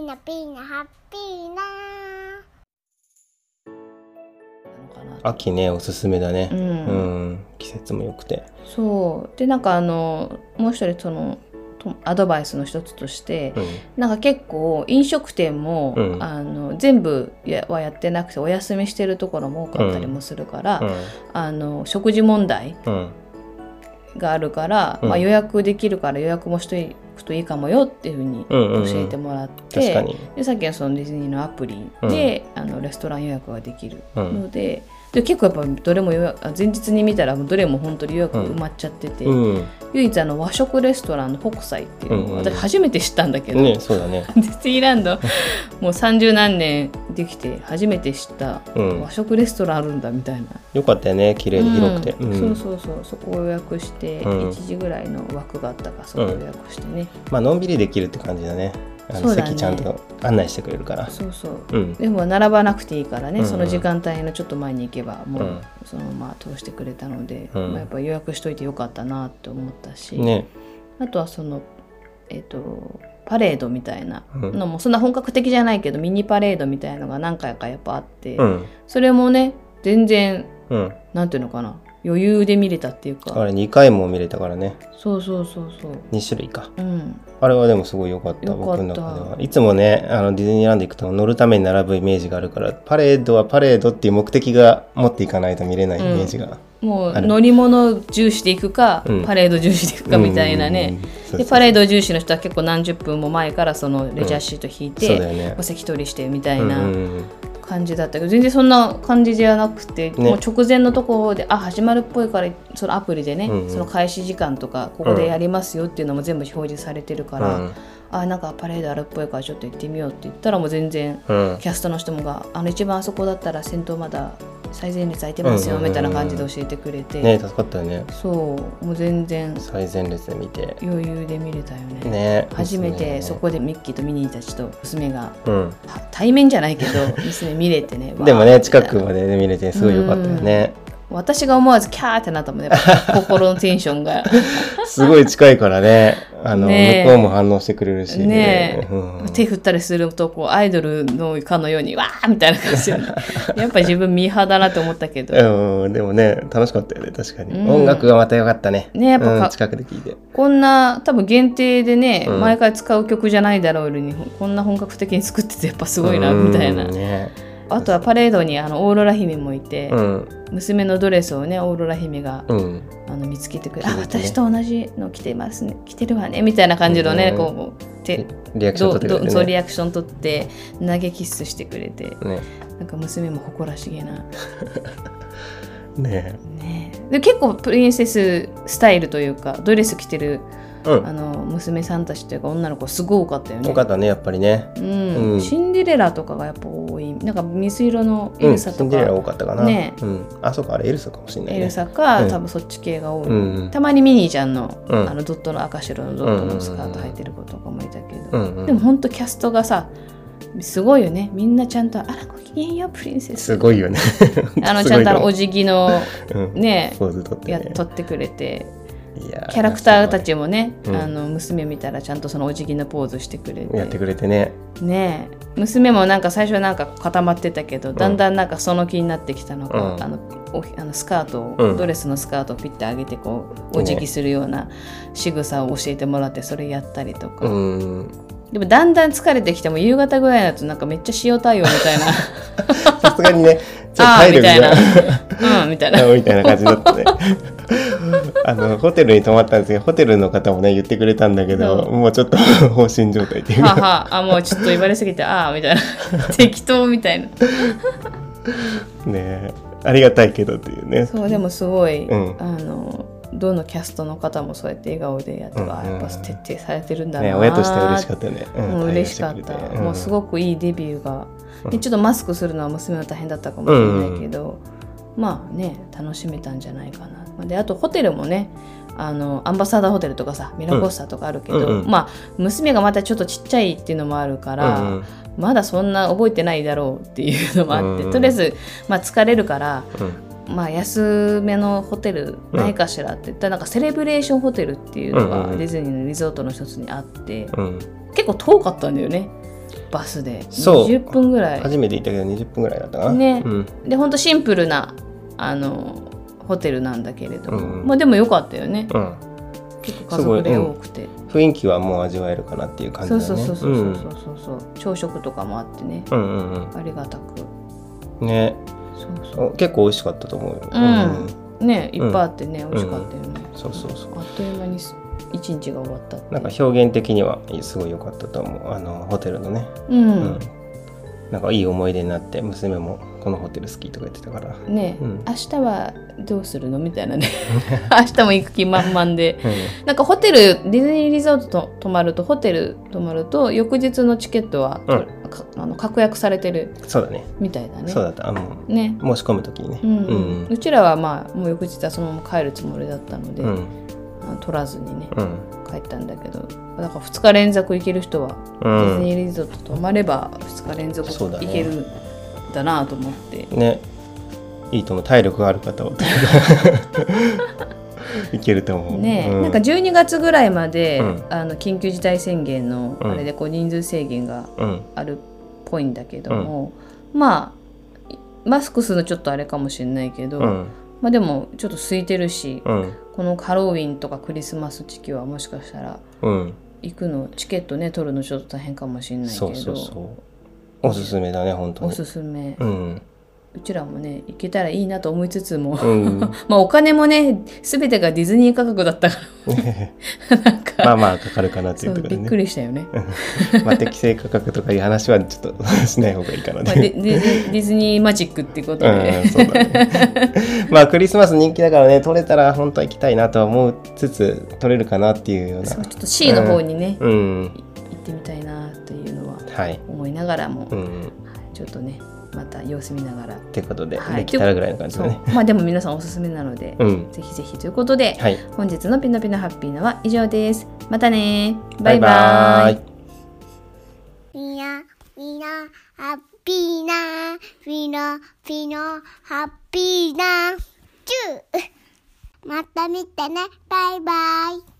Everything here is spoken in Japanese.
ナピーナハッピーな秋ね、おすすめだね。季節も良くて。 そうで、なんかもう一人そのアドバイスの一つとして、なんか結構飲食店も、全部はやってなくてお休みしてるところも多かったりもするから、食事問題があるから、予約できるから予約もしとくといいかもよっていうふうに教えてもらって、でさっきはそのディズニーのアプリで、レストラン予約ができるので、で結構やっぱどれも前日に見たらどれも本当に予約埋まっちゃってて、唯一和食レストランの北斎っていうのを私初めて知ったんだけど、 そうだね、 ディズニーランドもう30何年できて初めて知った和食レストランあるんだみたいな。 よかったよね、綺麗で広くて、 そうそこを予約して、1時ぐらいの枠があったからそこを予約してね、 のんびりできるって感じだね。席ちゃんと案内してくれるから。 でも並ばなくていいからね、その時間帯のちょっと前に行けばもうそのまま通してくれたので、やっぱ予約しといてよかったなって思ったし、あとはそのパレードみたいなのもそんな本格的じゃないけどミニパレードみたいのが何回かやっぱあって、それもね全然、なんていうのかな、余裕で見れたっていうか、 あれ2回も見れたからね。 そう 2種類か、あれはでもすごい良かった。僕の中ではいつもねディズニーランド行くと乗るために並ぶイメージがあるから、パレードはパレードっていう目的が持っていかないと見れないイメージが、 もう乗り物重視で行くか、パレード重視で行くかみたいなね。でパレード重視の人は結構何十分も前からそのレジャーシート引いて、お席取りしてみたいな感じだったけど、全然そんな感じじゃなくて、もう直前のところで始まるっぽいからそのアプリでね、その開始時間とかここでやりますよっていうのも全部表示されてるから、なんかパレードあるっぽいからちょっと行ってみようって言ったら、もう全然キャストの人もが一番あそこだったら先頭まだ最前列空いてますよみたいな感じで教えてくれて、 ね、助かったよね。 そうもう全然最前列で見て余裕で見れたよね。初めてそこでミッキーとミニーたちと娘が、対面じゃないけど娘見れてねでもね近くまで、見れてすごい良かったよね。 私が思わずキャーってなったもんね、心のテンションがすごい近いからね、向こうも反応してくれるしね、手振ったりするとこうアイドルのかのようにわーみたいな感じでやっぱり自分ミーハーだなって思ったけど、 でもね楽しかったよね。確かに、音楽がまた良かったね。 やっぱ近くで聴いて、 こんな多分限定でね、毎回使う曲じゃないだろうにこんな本格的に作っててやっぱすごいなみたいな。あとはパレードにオーロラ姫もいて、娘のドレスをねオーロラ姫が、見つけてくれて、私と同じの着てますね、着てるわねみたいな感じのね、こうリアクション取ってくれてね。 そうリアクション取って投げキッスしてくれて、なんか娘も誇らしげなね。 で結構プリンセススタイルというかドレス着てる娘さんたちというか女の子すごい多かったよね。 多かったねやっぱりね。 シンデレラとかがやっぱ多い。なんか水色のエルサとか、 シンデレラ多かったかな。そうか、あれエルサかもしれないね。 エルサか、多分そっち系が多い。たまにミニーちゃんのドットの赤白のドットのスカート履いてる子とかもいたけど、でも本当キャストがさすごいよね。みんなちゃんとごきげんようプリンセスすごいよねちゃんとお辞儀のねポーズ取ってね、 撮ってくれて、キャラクターたちもね、娘見たらちゃんとそのお辞儀のポーズしてくれてやってくれてね。 娘もなんか最初なんか固まってたけど、だんだんなんかその気になってきたのか、スカートを、ドレスのスカートをピッて上げてこうお辞儀するような仕草を教えてもらって、それやったりとか。でもだんだん疲れてきても夕方ぐらいだとなんかめっちゃ塩対応みたいなさすがにねちょっと体力がみたいなみたいな感じだったねホテルに泊まったんですけど、ホテルの方もね言ってくれたんだけど、もうちょっと放心状態っていうかもうちょっと言われすぎてみたいな適当みたいなね、ありがたいけどっていうね。 そうでもすごい、どのキャストの方もそうやって笑顔でやって、やっぱ徹底されてるんだな、 親としては嬉しかったよね。 嬉しかった、もうすごくいいデビューが、ちょっとマスクするのは娘は大変だったかもしれないけど、まあね楽しめたんじゃないかな。であとホテルもねアンバサダーホテルとかさミラコスタとかあるけど、娘がまたちょっとちっちゃいっていうのもあるから、まだそんな覚えてないだろうっていうのもあって、とりあえず、疲れるから、安めのホテルないかしらって言ったら、なんかセレブレーションホテルっていうのがディズニーのリゾートの一つにあって、結構遠かったんだよね。 バスでそう 20分ぐらい。 初めて行ったけど20分ぐらいだったかなね、 うん、 でほんとシンプルなホテルなんだけれども、 うん、 まあでも良かったよね、 うん、 結構家族で多くて、 雰囲気はもう味わえるかなっていう感じだね。 そう朝食とかもあってね、ありがたくね。そう結構美味しかったと思うよ。 ね、いっぱいあってね、美味しかったよね。 そうあっという間に一日が終わったって。 なんか表現的にはすごい良かったと思う、ホテルのね。なんかいい思い出になって、娘もこのホテル好きとか言ってたからね、明日はどうするのみたいなね明日も行く気満々で、なんかホテルディズニーリゾート泊まると翌日のチケットは、確約されてるみたいだね。 そうだったね、申し込む時にね、 うちらはまあもう翌日はそのまま帰るつもりだったので、取らずにね、帰ったんだけど、だから2日連続行ける人は、ディズニーリゾート泊まれば2日連続行けるんだなと思ってね、いいと思う。体力がある方はいけると思うね。なんか12月ぐらいまで、緊急事態宣言のあれでこう人数制限があるっぽいんだけども、まあマスクするのちょっとあれかもしれないけど、まあでもちょっと空いてるし、このハロウィンとかクリスマス時期はもしかしたら行くのチケットね取るのちょっと大変かもしれないけど、 おすすめだね本当に。 おすすめ。うちらもね行けたらいいなと思いつつも、まあお金もね全てがディズニー価格だったからなんかまあかかるかなっていうところでね。 びっくりしたよねまあ適正価格とかいう話はちょっとしない方がいいかなね。 ディズニーマジックってことで、 そうだね。まあクリスマス人気だからね、取れたら本当は行きたいなとは思いつつ取れるかなっていうような、 そうちょっと C の方にね、行ってみたいなというのは思いながらも、ちょっとねまた様子見ながらってことで、できたらぐらいの感じだね。 まあでも皆さんおすすめなので、ぜひぜひということで、本日のピノピノハッピーナは以上です。またね、バイバイ。 ピノハッピーナ、ピノハッピーナ、チュー。また見てね、バイバイ。